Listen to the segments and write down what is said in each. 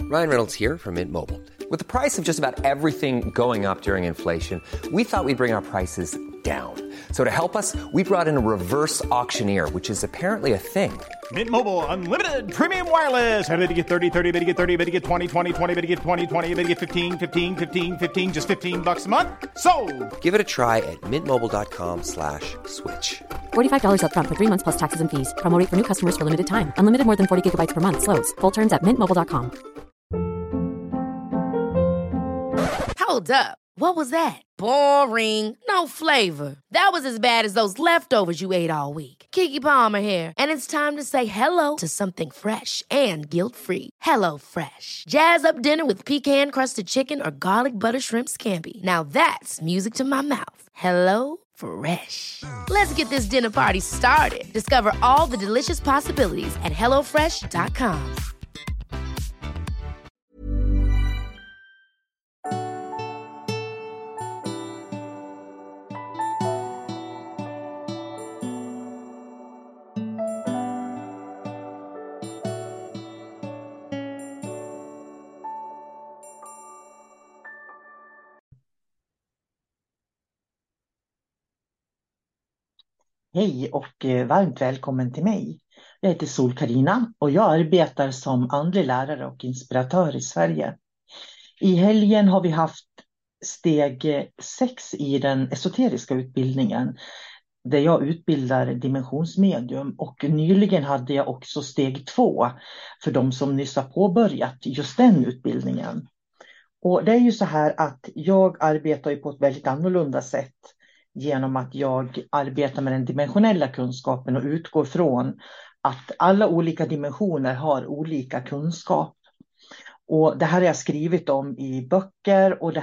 Ryan Reynolds here from Mint Mobile. With the price of just about everything going up during inflation, we thought we'd bring our prices down. So to help us, we brought in a reverse auctioneer, which is apparently a thing. Mint Mobile Unlimited Premium Wireless. How to get 30, 30, bit to get 30, bit to get 20, 20, 20, bit to get 20, 20, bit to get 15, 15, 15, 15, just $15 a month? Sold! Give it a try at mintmobile.com/switch. $45 up front for 3 months plus taxes and fees. Promo rate for new customers for limited time. Unlimited more than 40 gigabytes per month. Slows full terms at mintmobile.com. Hold up. What was that? Boring. No flavor. That was as bad as those leftovers you ate all week. Keke Palmer here, and it's time to say hello to something fresh and guilt-free. Hello Fresh. Jazz up dinner with pecan-crusted chicken or garlic butter shrimp scampi. Now that's music to my mouth. Hello Fresh. Let's get this dinner party started. Discover all the delicious possibilities at hellofresh.com. Hej och varmt välkommen till mig. Jag heter Sol-Carina och jag arbetar som andlig lärare och inspiratör i Sverige. I helgen har vi haft steg 6 i den esoteriska utbildningen där jag utbildar dimensionsmedium, och nyligen hade jag också steg 2 för de som nyss har påbörjat just den utbildningen. Och det är ju så här att jag arbetar ju på ett väldigt annorlunda sätt genom att jag arbetar med den dimensionella kunskapen och utgår från att alla olika dimensioner har olika kunskap. Och det här har jag skrivit om i böcker, och det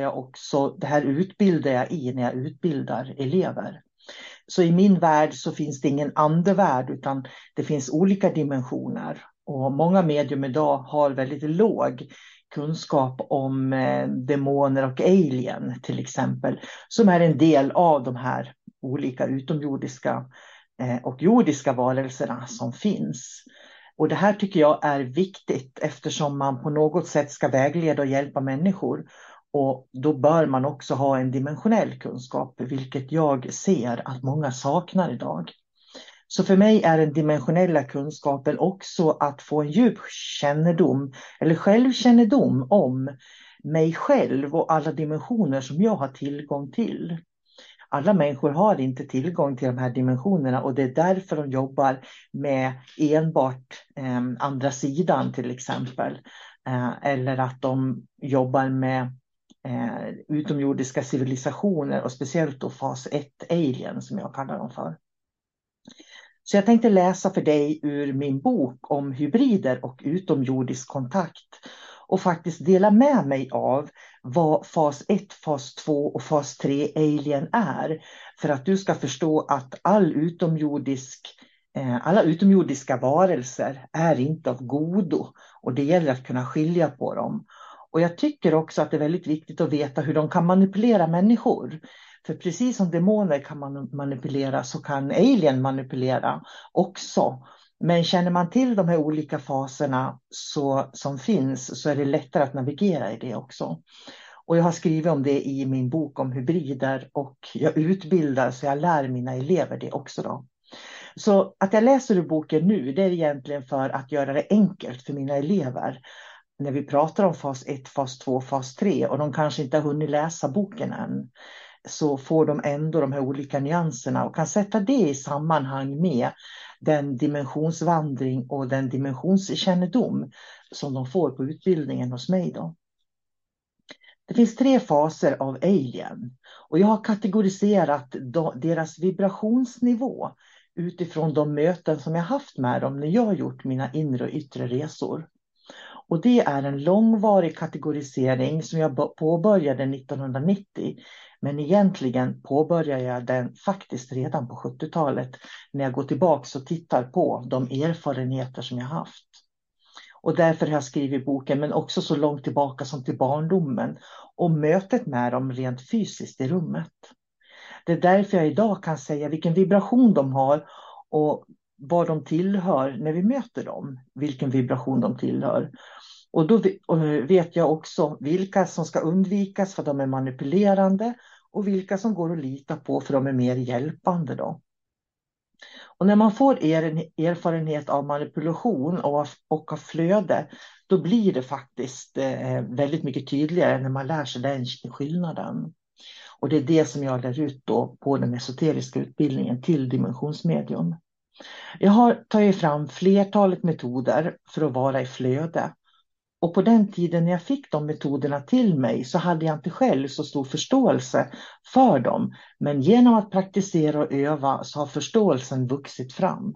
här utbildar jag i när jag utbildar elever. Så i min värld så finns det ingen andevärld, utan det finns olika dimensioner. Och många medium idag har väldigt låg kunskap om demoner och alien till exempel, som är en del av de här olika utomjordiska och jordiska varelserna som finns. Och det här tycker jag är viktigt eftersom man på något sätt ska vägleda och hjälpa människor, och då bör man också ha en dimensionell kunskap, vilket jag ser att många saknar idag. Så för mig är den dimensionella kunskapen också att få en djup kännedom eller självkännedom om mig själv och alla dimensioner som jag har tillgång till. Alla människor har inte tillgång till de här dimensionerna, och det är därför de jobbar med enbart andra sidan till exempel. Eller att de jobbar med utomjordiska civilisationer, och speciellt då fas 1 alien som jag kallar dem för. Så jag tänkte läsa för dig ur min bok om hybrider och utomjordisk kontakt och faktiskt dela med mig av vad fas 1, fas 2 och fas 3 alien är, för att du ska förstå att alla utomjordiska varelser är inte av godo, och det gäller att kunna skilja på dem. Och jag tycker också att det är väldigt viktigt att veta hur de kan manipulera människor. För precis som demoner kan man manipulera, så kan alien manipulera också. Men känner man till de här olika faserna som finns, så är det lättare att navigera i det också. Och jag har skrivit om det i min bok om hybrider, och jag utbildar så jag lär mina elever det också då. Så att jag läser ur boken nu, det är egentligen för att göra det enkelt för mina elever. När vi pratar om fas 1, fas 2, fas 3 och de kanske inte har hunnit läsa boken än, så får de ändå de här olika nyanserna och kan sätta det i sammanhang med den dimensionsvandring och den dimensionskännedom som de får på utbildningen hos mig då. Det finns 3 faser av alien, och jag har kategoriserat deras vibrationsnivå utifrån de möten som jag haft med dem när jag har gjort mina inre och yttre resor. Och det är en långvarig kategorisering som jag påbörjade 1990. Men egentligen påbörjade jag den faktiskt redan på 70-talet när jag går tillbaka och tittar på de erfarenheter som jag haft. Och därför har jag skrivit boken, men också så långt tillbaka som till barndomen och mötet med dem rent fysiskt i rummet. Det är därför jag idag kan säga vilken vibration de har och vad de tillhör när vi möter dem, vilken vibration de tillhör. Och då vet jag också vilka som ska undvikas för de är manipulerande och vilka som går att lita på för de är mer hjälpande då. Och när man får erfarenhet av manipulation och av flöde, då blir det faktiskt väldigt mycket tydligare när man lär sig den skillnaden. Och det är det som jag lär ut då på den esoteriska utbildningen till dimensionsmedium. Jag har tagit fram flertalet metoder för att vara i flöde. Och på den tiden när jag fick de metoderna till mig så hade jag inte själv så stor förståelse för dem. Men genom att praktisera och öva så har förståelsen vuxit fram.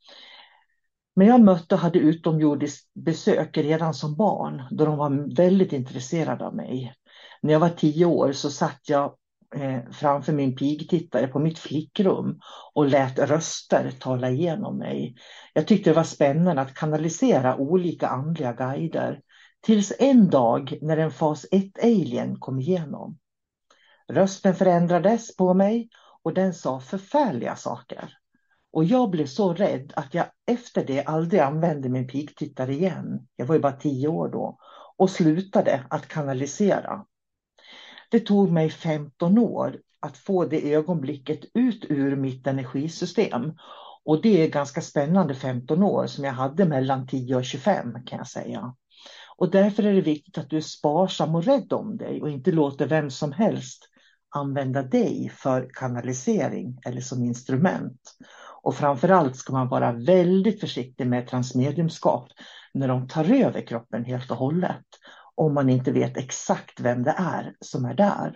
Men jag mötte och hade utomjordiskt besök redan som barn då de var väldigt intresserade av mig. När jag var 10 år så satt jag framför min pigtittare på mitt flickrum och lät röster tala igenom mig. Jag tyckte det var spännande att kanalisera olika andliga guider. Tills en dag när en fas 1-alien kom igenom. Rösten förändrades på mig och den sa förfärliga saker. Och jag blev så rädd att jag efter det aldrig använde min pigtittare igen. Jag var ju bara 10 år då. Och slutade att kanalisera. Det tog mig 15 år att få det ögonblicket ut ur mitt energisystem. Och det är ganska spännande 15 år som jag hade mellan 10 och 25 kan jag säga. Och därför är det viktigt att du är sparsam och rädd om dig och inte låter vem som helst använda dig för kanalisering eller som instrument. Och framförallt ska man vara väldigt försiktig med transmediumskap när de tar över kroppen helt och hållet. Om man inte vet exakt vem det är som är där.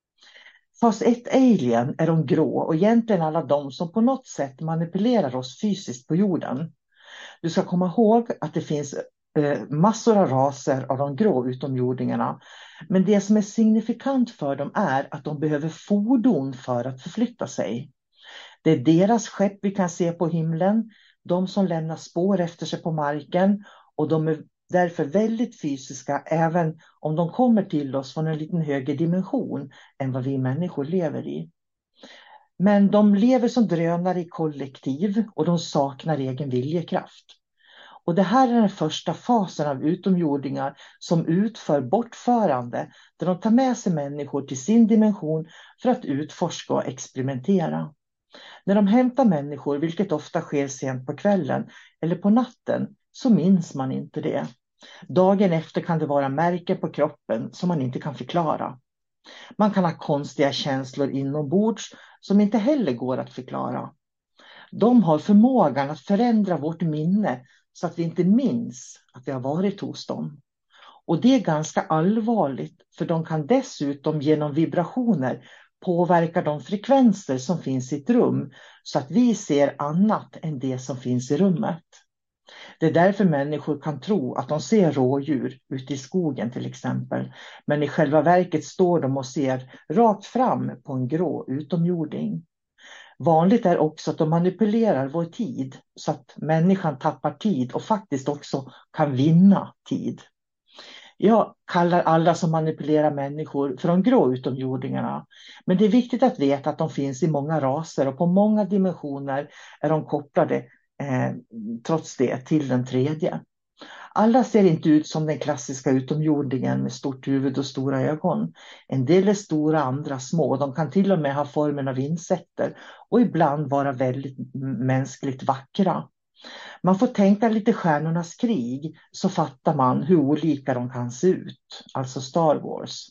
Fas 1-alien är de grå och egentligen alla de som på något sätt manipulerar oss fysiskt på jorden. Du ska komma ihåg att det finns massor av raser av de grå utomjordingarna. Men det som är signifikant för dem är att de behöver fordon för att förflytta sig. Det är deras skepp vi kan se på himlen. De som lämnar spår efter sig på marken. Och de är därför väldigt fysiska även om de kommer till oss från en liten högre dimension än vad vi människor lever i. Men de lever som drönare i kollektiv och de saknar egen viljekraft. Och det här är den första fasen av utomjordingar som utför bortförande där de tar med sig människor till sin dimension för att utforska och experimentera. När de hämtar människor, vilket ofta sker sent på kvällen eller på natten, så minns man inte det. Dagen efter kan det vara märken på kroppen som man inte kan förklara. Man kan ha konstiga känslor inombords som inte heller går att förklara. De har förmågan att förändra vårt minne så att vi inte minns att vi har varit hos dem. Och det är ganska allvarligt för de kan dessutom genom vibrationer påverka de frekvenser som finns i ett rum så att vi ser annat än det som finns i rummet. Det är därför människor kan tro att de ser rådjur ute i skogen till exempel. Men i själva verket står de och ser rakt fram på en grå utomjording. Vanligt är också att de manipulerar vår tid så att människan tappar tid och faktiskt också kan vinna tid. Jag kallar alla som manipulerar människor för de grå utomjordingarna. Men det är viktigt att veta att de finns i många raser och på många dimensioner är de kopplade trots det till den tredje. Alla ser inte ut som den klassiska utomjordingen med stort huvud och stora ögon. En del är stora, andra små. De kan till och med ha formen av insekter och ibland vara väldigt mänskligt vackra. Man får tänka lite Stjärnornas krig så fattar man hur olika de kan se ut. Alltså Star Wars.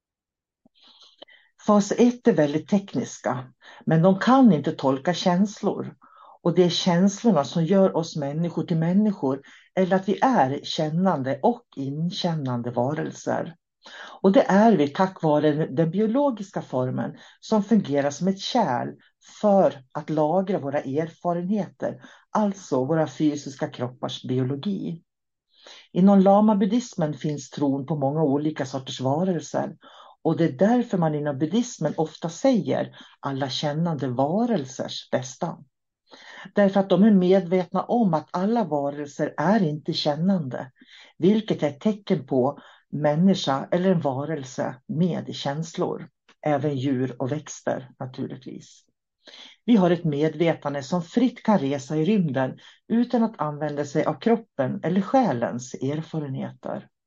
Fas 1 är väldigt tekniska, men de kan inte tolka känslor. Och det är känslorna som gör oss människor till människor eller att vi är kännande och inkännande varelser. Och det är vi tack vare den biologiska formen som fungerar som ett kärl för att lagra våra erfarenheter, alltså våra fysiska kroppars biologi. Inom lama-buddhismen finns tron på många olika sorters varelser. Och det är därför man inom buddhismen ofta säger alla kännande varelsers bästa. Därför att de är medvetna om att alla varelser är inte kännande. Vilket är ett tecken på människa eller en varelse med känslor. Även djur och växter naturligtvis. Vi har ett medvetande som fritt kan resa i rymden utan att använda sig av kroppen eller själens erfarenheter.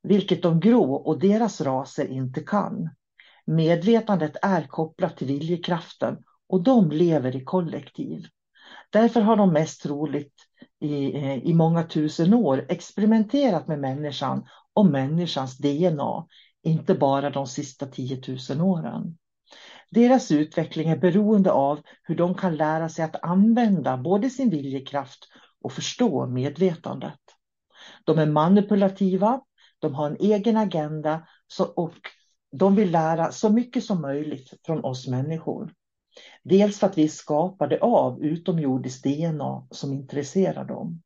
vilket de grå och deras raser inte kan. Medvetandet är kopplat till viljekraften och de lever i kollektiv. Därför har de mest troligt i många tusen år experimenterat med människan och människans DNA, inte bara de sista 10 000 åren. Deras utveckling är beroende av hur de kan lära sig att använda både sin viljekraft och förstå medvetandet. De är manipulativa, de har en egen agenda och de vill lära så mycket som möjligt från oss människor. Dels för att vi är skapade av utomjordiskt DNA som intresserar dem.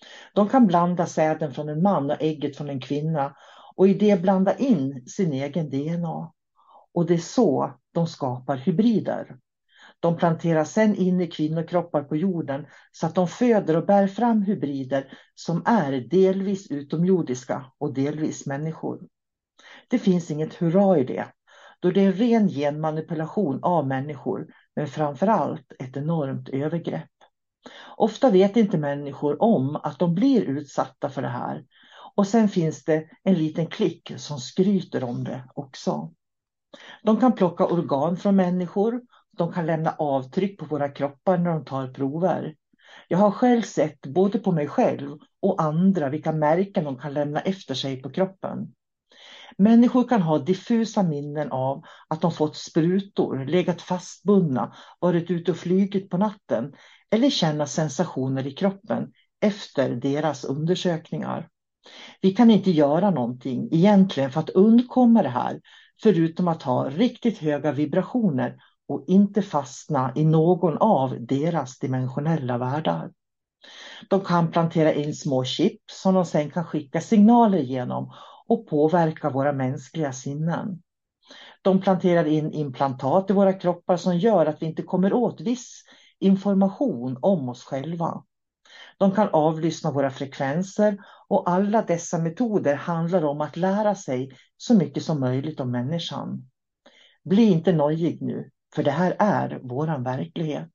De kan blanda säden från en man och ägget från en kvinna och i det blanda in sin egen DNA. Och det är så de skapar hybrider. De planterar sedan in i kvinnokroppar på jorden så att de föder och bär fram hybrider som är delvis utomjordiska och delvis människor. Det finns inget hurra i det, då det är ren genmanipulation av människor, men framförallt ett enormt övergrepp. Ofta vet inte människor om att de blir utsatta för det här, och sen finns det en liten klick som skryter om det också. De kan plocka organ från människor, de kan lämna avtryck på våra kroppar när de tar prover. Jag har själv sett både på mig själv och andra vilka märken de kan lämna efter sig på kroppen. Människor kan ha diffusa minnen av att de fått sprutor, legat fastbundna, varit ute och flygit på natten eller känna sensationer i kroppen efter deras undersökningar. Vi kan inte göra någonting egentligen för att undkomma det här, förutom att ha riktigt höga vibrationer och inte fastna i någon av deras dimensionella världar. De kan plantera in små chip som de sen kan skicka signaler genom och påverka våra mänskliga sinnen. De planterar in implantat i våra kroppar som gör att vi inte kommer åt viss information om oss själva. De kan avlyssna våra frekvenser och alla dessa metoder handlar om att lära sig så mycket som möjligt om människan. Bli inte nojig nu, för det här är våran verklighet.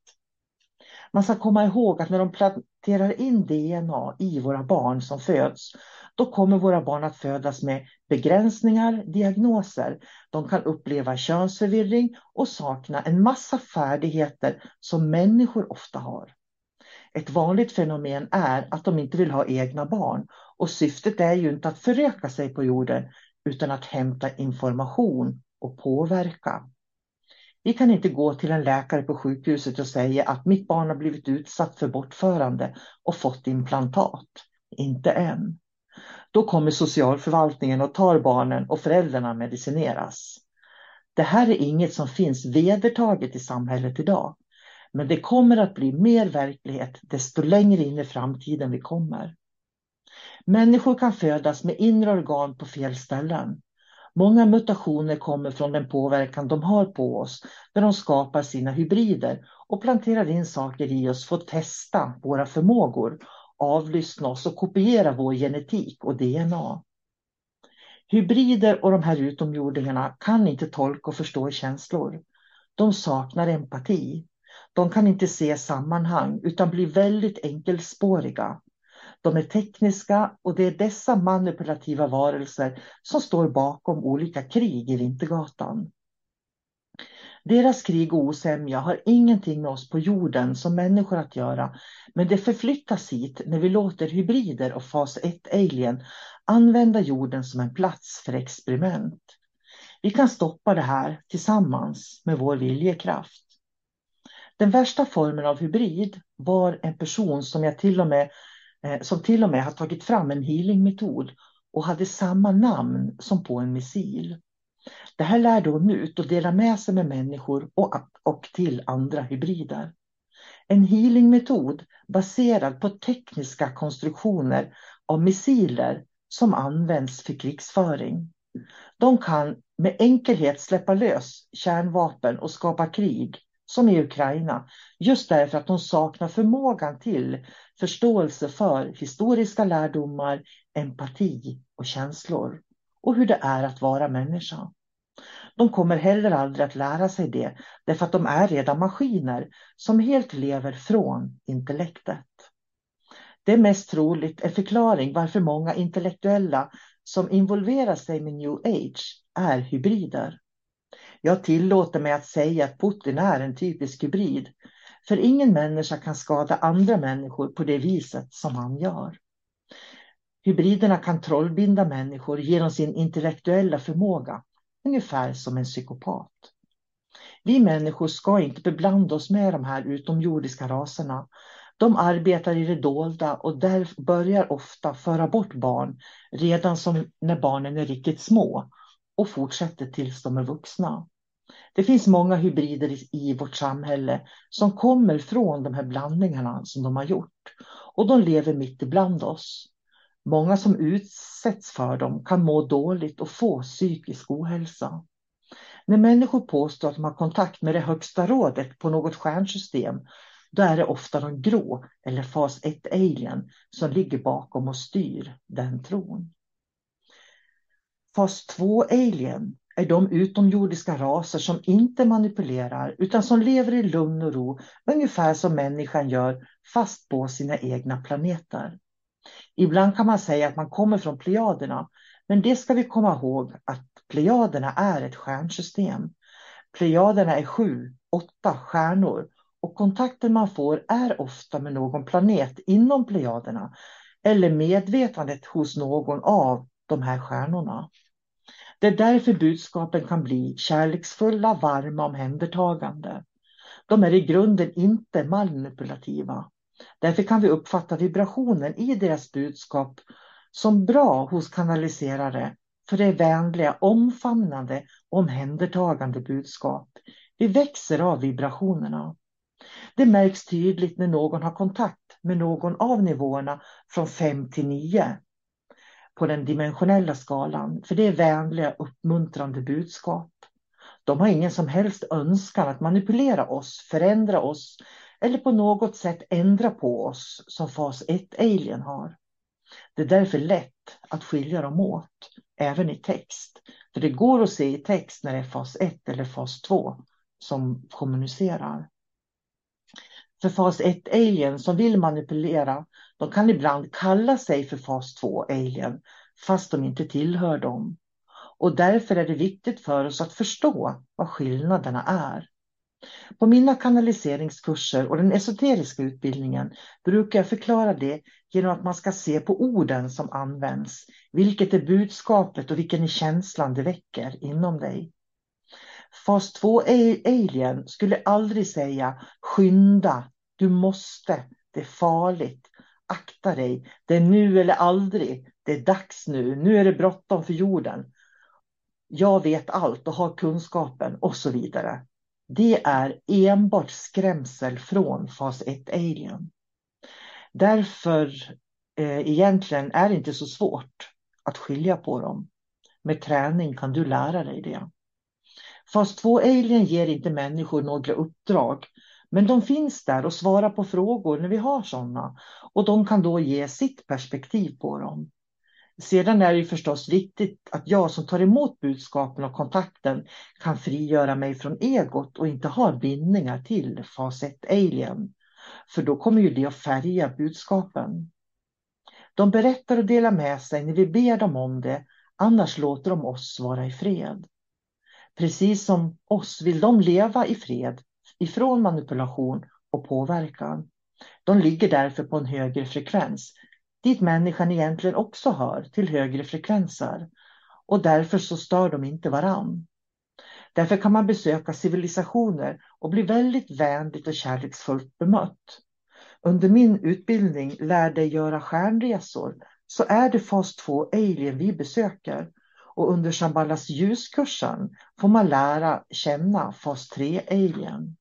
Man ska komma ihåg att när de planterar in DNA i våra barn som föds, då kommer våra barn att födas med begränsningar, diagnoser. De kan uppleva könsförvirring och sakna en massa färdigheter som människor ofta har. Ett vanligt fenomen är att de inte vill ha egna barn, och syftet är ju inte att föröka sig på jorden utan att hämta information och påverka. Vi kan inte gå till en läkare på sjukhuset och säga att mitt barn har blivit utsatt för bortförande och fått implantat. Inte än. Då kommer socialförvaltningen och tar barnen och föräldrarna medicineras. Det här är inget som finns vedertaget i samhället idag. Men det kommer att bli mer verklighet desto längre in i framtiden vi kommer. Människor kan födas med inre organ på fel ställen. Många mutationer kommer från den påverkan de har på oss när de skapar sina hybrider och planterar in saker i oss för att testa våra förmågor, avlyssna oss och kopiera vår genetik och DNA. Hybrider och de här utomjordingarna kan inte tolka och förstå känslor. De saknar empati. De kan inte se sammanhang utan blir väldigt enkelspåriga. De är tekniska och det är dessa manipulativa varelser som står bakom olika krig i Vintergatan. Deras krig och osämja har ingenting med oss på jorden som människor att göra, men det förflyttas hit när vi låter hybrider och fas 1-alien använda jorden som en plats för experiment. Vi kan stoppa det här tillsammans med vår viljekraft. Den värsta formen av hybrid var en person som till och med har tagit fram en healingmetod och hade samma namn som på en missil. Det här lärde hon ut och delade med sig med människor och till andra hybrider. En healingmetod baserad på tekniska konstruktioner av missiler som används för krigsföring. De kan med enkelhet släppa lös kärnvapen och skapa krig, som i Ukraina, just därför att de saknar förmågan till förståelse för historiska lärdomar, empati och känslor och hur det är att vara människa. De kommer heller aldrig att lära sig det därför att de är redan maskiner som helt lever från intellektet. Det är mest troligt en förklaring varför många intellektuella som involverar sig med New Age är hybrider. Jag tillåter mig att säga att Putin är en typisk hybrid. För ingen människa kan skada andra människor på det viset som han gör. Hybriderna kan trollbinda människor genom sin intellektuella förmåga, ungefär som en psykopat. Vi människor ska inte beblanda oss med de här utomjordiska raserna. De arbetar i det dolda och där börjar ofta föra bort barn redan som när barnen är riktigt små och fortsätter tills de är vuxna. Det finns många hybrider i vårt samhälle som kommer från de här blandningarna som de har gjort och de lever mitt ibland oss. Många som utsätts för dem kan må dåligt och få psykisk ohälsa. När människor påstår att de har kontakt med det högsta rådet på något stjärnsystem, då är det ofta de grå eller fas 1 alien som ligger bakom och styr den tron. Fas 2 alien är de utomjordiska raser som inte manipulerar utan som lever i lugn och ro, ungefär som människan gör fast på sina egna planeter. Ibland kan man säga att man kommer från Plejaderna, men det ska vi komma ihåg att Plejaderna är ett stjärnsystem. Plejaderna är 7-8 stjärnor och kontakten man får är ofta med någon planet inom Plejaderna eller medvetandet hos någon av de här stjärnorna. Det är därför budskapen kan bli kärleksfulla, varma, omhändertagande. De är i grunden inte manipulativa. Därför kan vi uppfatta vibrationen i deras budskap som bra hos kanaliserare, för det är vänliga, omfamnande, omhändertagande budskap. Vi växer av vibrationerna. Det märks tydligt när någon har kontakt med någon av nivåerna från 5 till 9 på den dimensionella skalan, för det är vänliga, uppmuntrande budskap. De har ingen som helst önskan att manipulera oss, förändra oss eller på något sätt ändra på oss som fas 1 alien har. Det är därför lätt att skilja dem åt, även i text. För det går att se i text när det är fas 1 eller fas 2 som kommunicerar. För fas 1 alien som vill manipulera, de kan ibland kalla sig för fas 2 alien fast de inte tillhör dem. Och därför är det viktigt för oss att förstå vad skillnaderna är. På mina kanaliseringskurser och den esoteriska utbildningen brukar jag förklara det genom att man ska se på orden som används, vilket är budskapet och vilken känslan det väcker inom dig. Fas 2 alien skulle aldrig säga skynda, du måste, det är farligt, akta dig, det är nu eller aldrig, det är dags nu är det bråttom för jorden. Jag vet allt och har kunskapen och så vidare. Det är enbart skrämsel från fas 1 alien. Därför egentligen är det inte så svårt att skilja på dem. Med träning kan du lära dig det. Fas 2 alien ger inte människor några uppdrag, men de finns där och svarar på frågor när vi har sådana, och de kan då ge sitt perspektiv på dem. Sedan är det förstås viktigt att jag som tar emot budskapen och kontakten kan frigöra mig från egot och inte ha bindningar till fas 1 alien. För då kommer ju det att färga budskapen. De berättar och delar med sig när vi ber dem om det, annars låter de oss vara i fred. Precis som oss vill de leva i fred, ifrån manipulation och påverkan. De ligger därför på en högre frekvens, dit människan egentligen också hör, till högre frekvenser. Och därför så stör de inte varann. Därför kan man besöka civilisationer och bli väldigt vänligt och kärleksfullt bemött. Under min utbildning Lär dig göra stjärnresor så är det fas 2 alien vi besöker. Och under Shambhalas ljuskursen får man lära känna fas 3 alien.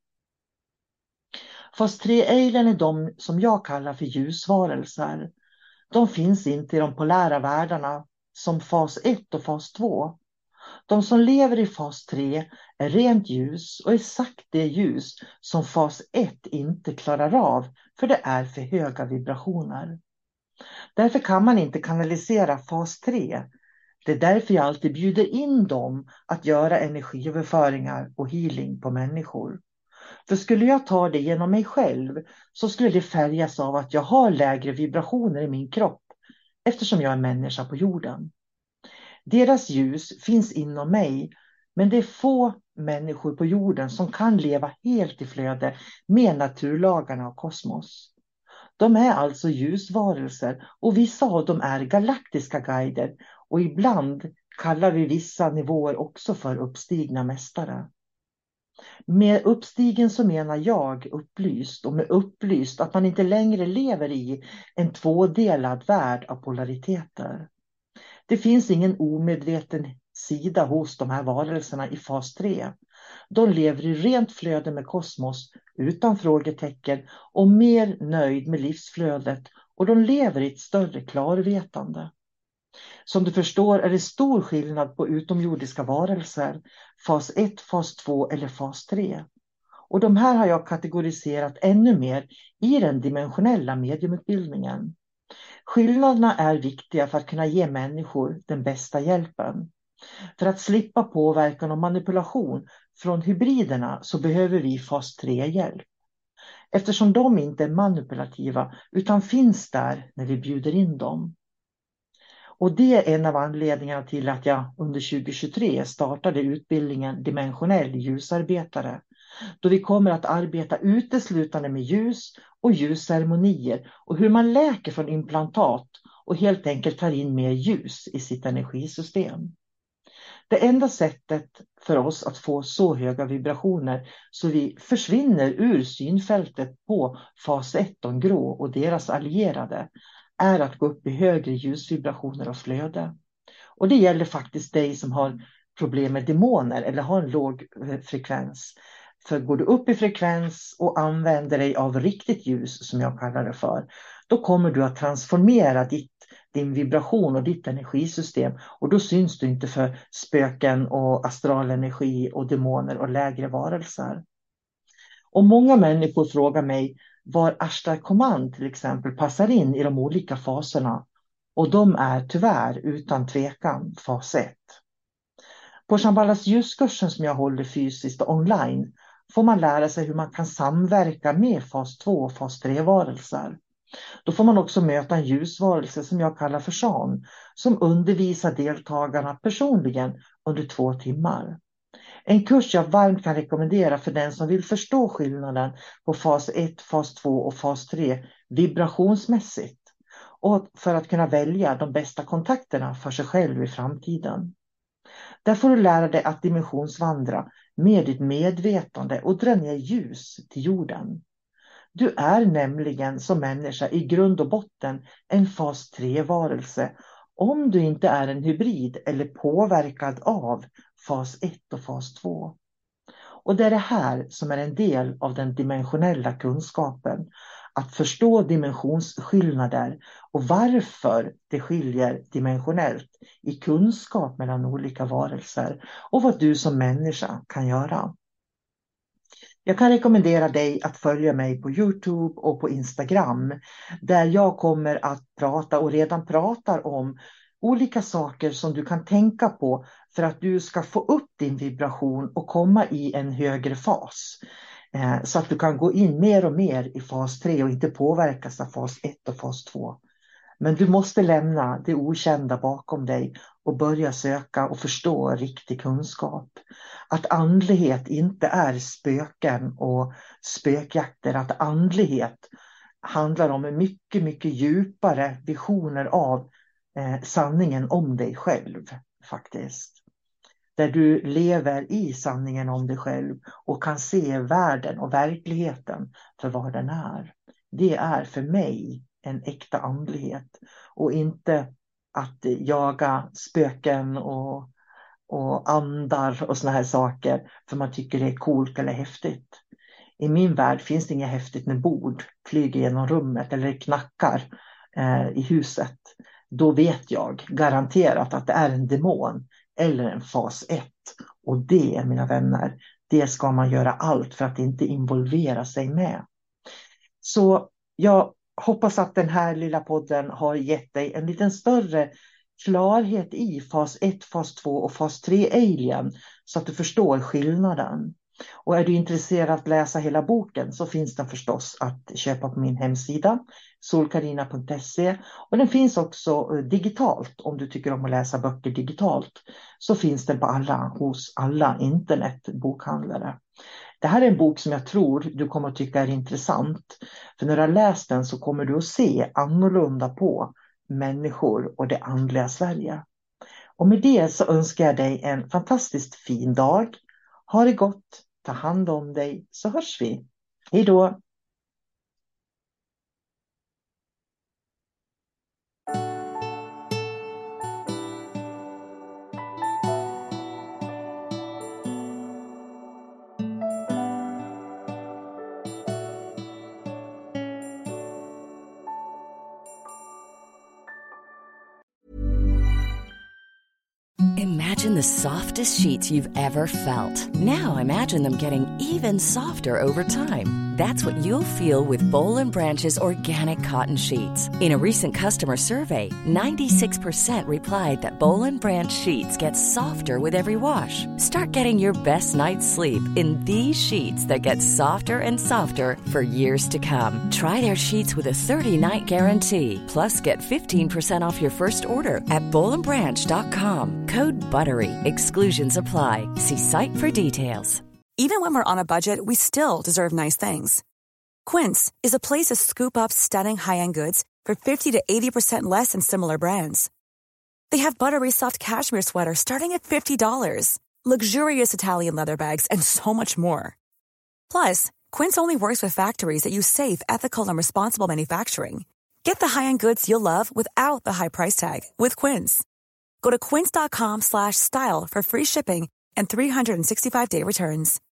Fas 3 alien är de som jag kallar för ljusvarelser. De finns inte i de polära världarna som fas 1 och fas 2. De som lever i fas 3 är rent ljus och exakt det ljus som fas 1 inte klarar av, för det är för höga vibrationer. Därför kan man inte kanalisera fas 3. Det är därför jag alltid bjuder in dem att göra energiöverföringar och healing på människor. För skulle jag ta det genom mig själv så skulle det färgas av att jag har lägre vibrationer i min kropp eftersom jag är människa på jorden. Deras ljus finns inom mig, men det är få människor på jorden som kan leva helt i flöde med naturlagarna och kosmos. De är alltså ljusvarelser och vissa av dem är galaktiska guider och ibland kallar vi vissa nivåer också för uppstigna mästare. Med uppstigen så menar jag upplyst, och med upplyst att man inte längre lever i en tvådelad värld av polariteter. Det finns ingen omedveten sida hos de här varelserna i fas 3. De lever i rent flöde med kosmos utan frågetecken och mer nöjd med livsflödet, och de lever i ett större klarvetande. Som du förstår är det stor skillnad på utomjordiska varelser, fas 1, fas 2 eller fas 3. Och de här har jag kategoriserat ännu mer i den dimensionella mediumutbildningen. Skillnaderna är viktiga för att kunna ge människor den bästa hjälpen. För att slippa påverkan och manipulation från hybriderna så behöver vi fas 3-hjälp. Eftersom de inte är manipulativa utan finns där när vi bjuder in dem. Och det är en av anledningarna till att jag under 2023 startade utbildningen Dimensionell ljusarbetare. Då vi kommer att arbeta uteslutande med ljus och ljusceremonier och hur man läker från implantat och helt enkelt tar in mer ljus i sitt energisystem. Det enda sättet för oss att få så höga vibrationer så vi försvinner ur synfältet på fas 1 grå och deras allierade är att gå upp i högre ljusvibrationer och flöde. Och det gäller faktiskt dig som har problem med demoner eller har en låg frekvens. För går du upp i frekvens och använder dig av riktigt ljus, som jag kallar det för, då kommer du att transformera din vibration och ditt energisystem. Och då syns du inte för spöken och astralenergi och demoner och lägre varelser. Och många människor frågar mig var Ashtar Command till exempel passar in i de olika faserna. Och de är tyvärr utan tvekan fas 1. På Shambhalas ljuskursen som jag håller fysiskt och online får man lära sig hur man kan samverka med fas 2 och fas 3-varelser. Då får man också möta en ljusvarelse som jag kallar för Shan, som undervisar deltagarna personligen under 2 timmar. En kurs jag varmt kan rekommendera för den som vill förstå skillnaden på fas 1, fas 2 och fas 3 vibrationsmässigt och för att kunna välja de bästa kontakterna för sig själv i framtiden. Där får du lära dig att dimensionsvandra med ditt medvetande och dra ner ljus till jorden. Du är nämligen som människa i grund och botten en fas 3-varelse om du inte är en hybrid eller påverkad av fas 1 och fas 2. Och det är det här som är en del av den dimensionella kunskapen. Att förstå dimensionsskillnader och varför det skiljer dimensionellt i kunskap mellan olika varelser och vad du som människa kan göra. Jag kan rekommendera dig att följa mig på YouTube och på Instagram där jag kommer att prata och redan pratar om olika saker som du kan tänka på för att du ska få upp din vibration och komma i en högre fas. Så att du kan gå in mer och mer i fas 3 och inte påverkas av fas 1 och fas 2. Men du måste lämna det okända bakom dig och börja söka och förstå riktig kunskap. Att andlighet inte är spöken och spökjakter. Att andlighet handlar om mycket, mycket djupare visioner av sanningen om dig själv faktiskt. Där du lever i sanningen om dig själv och kan se världen och verkligheten för vad den är. Det är för mig en äkta andlighet och inte att jaga spöken och andar och såna här saker för man tycker det är coolt eller häftigt. I min värld finns det inget häftigt när bord flyger genom rummet eller knackar i huset. Då vet jag garanterat att det är en demon eller en fas 1. Och det, mina vänner, det ska man göra allt för att inte involvera sig med. Så jag hoppas att den här lilla podden har gett dig en liten större klarhet i fas 1, fas 2 och fas 3 alien så att du förstår skillnaden. Och är du intresserad av att läsa hela boken så finns den förstås att köpa på min hemsida solkarina.se, och den finns också digitalt. Om du tycker om att läsa böcker digitalt så finns den hos alla internetbokhandlare. Det här är en bok som jag tror du kommer att tycka är intressant, för när du har läst den så kommer du att se annorlunda på människor och det andliga Sverige. Och med det så önskar jag dig en fantastiskt fin dag. Ha det gott, ta hand om dig, så hörs vi. Hej då! Imagine the softest sheets you've ever felt. Now imagine them getting even softer over time. That's what you'll feel with Boll & Branch's organic cotton sheets. In a recent customer survey, 96% replied that Boll & Branch sheets get softer with every wash. Start getting your best night's sleep in these sheets that get softer and softer for years to come. Try their sheets with a 30-night guarantee. Plus, get 15% off your first order at bollandbranch.com. Code BUTTERY. Exclusions apply. See site for details. Even when we're on a budget, we still deserve nice things. Quince is a place to scoop up stunning high-end goods for 50 to 80% less than similar brands. They have buttery soft cashmere sweaters starting at $50, luxurious Italian leather bags, and so much more. Plus, Quince only works with factories that use safe, ethical, and responsible manufacturing. Get the high-end goods you'll love without the high price tag with Quince. Go to quince.com/style for free shipping and 365-day returns.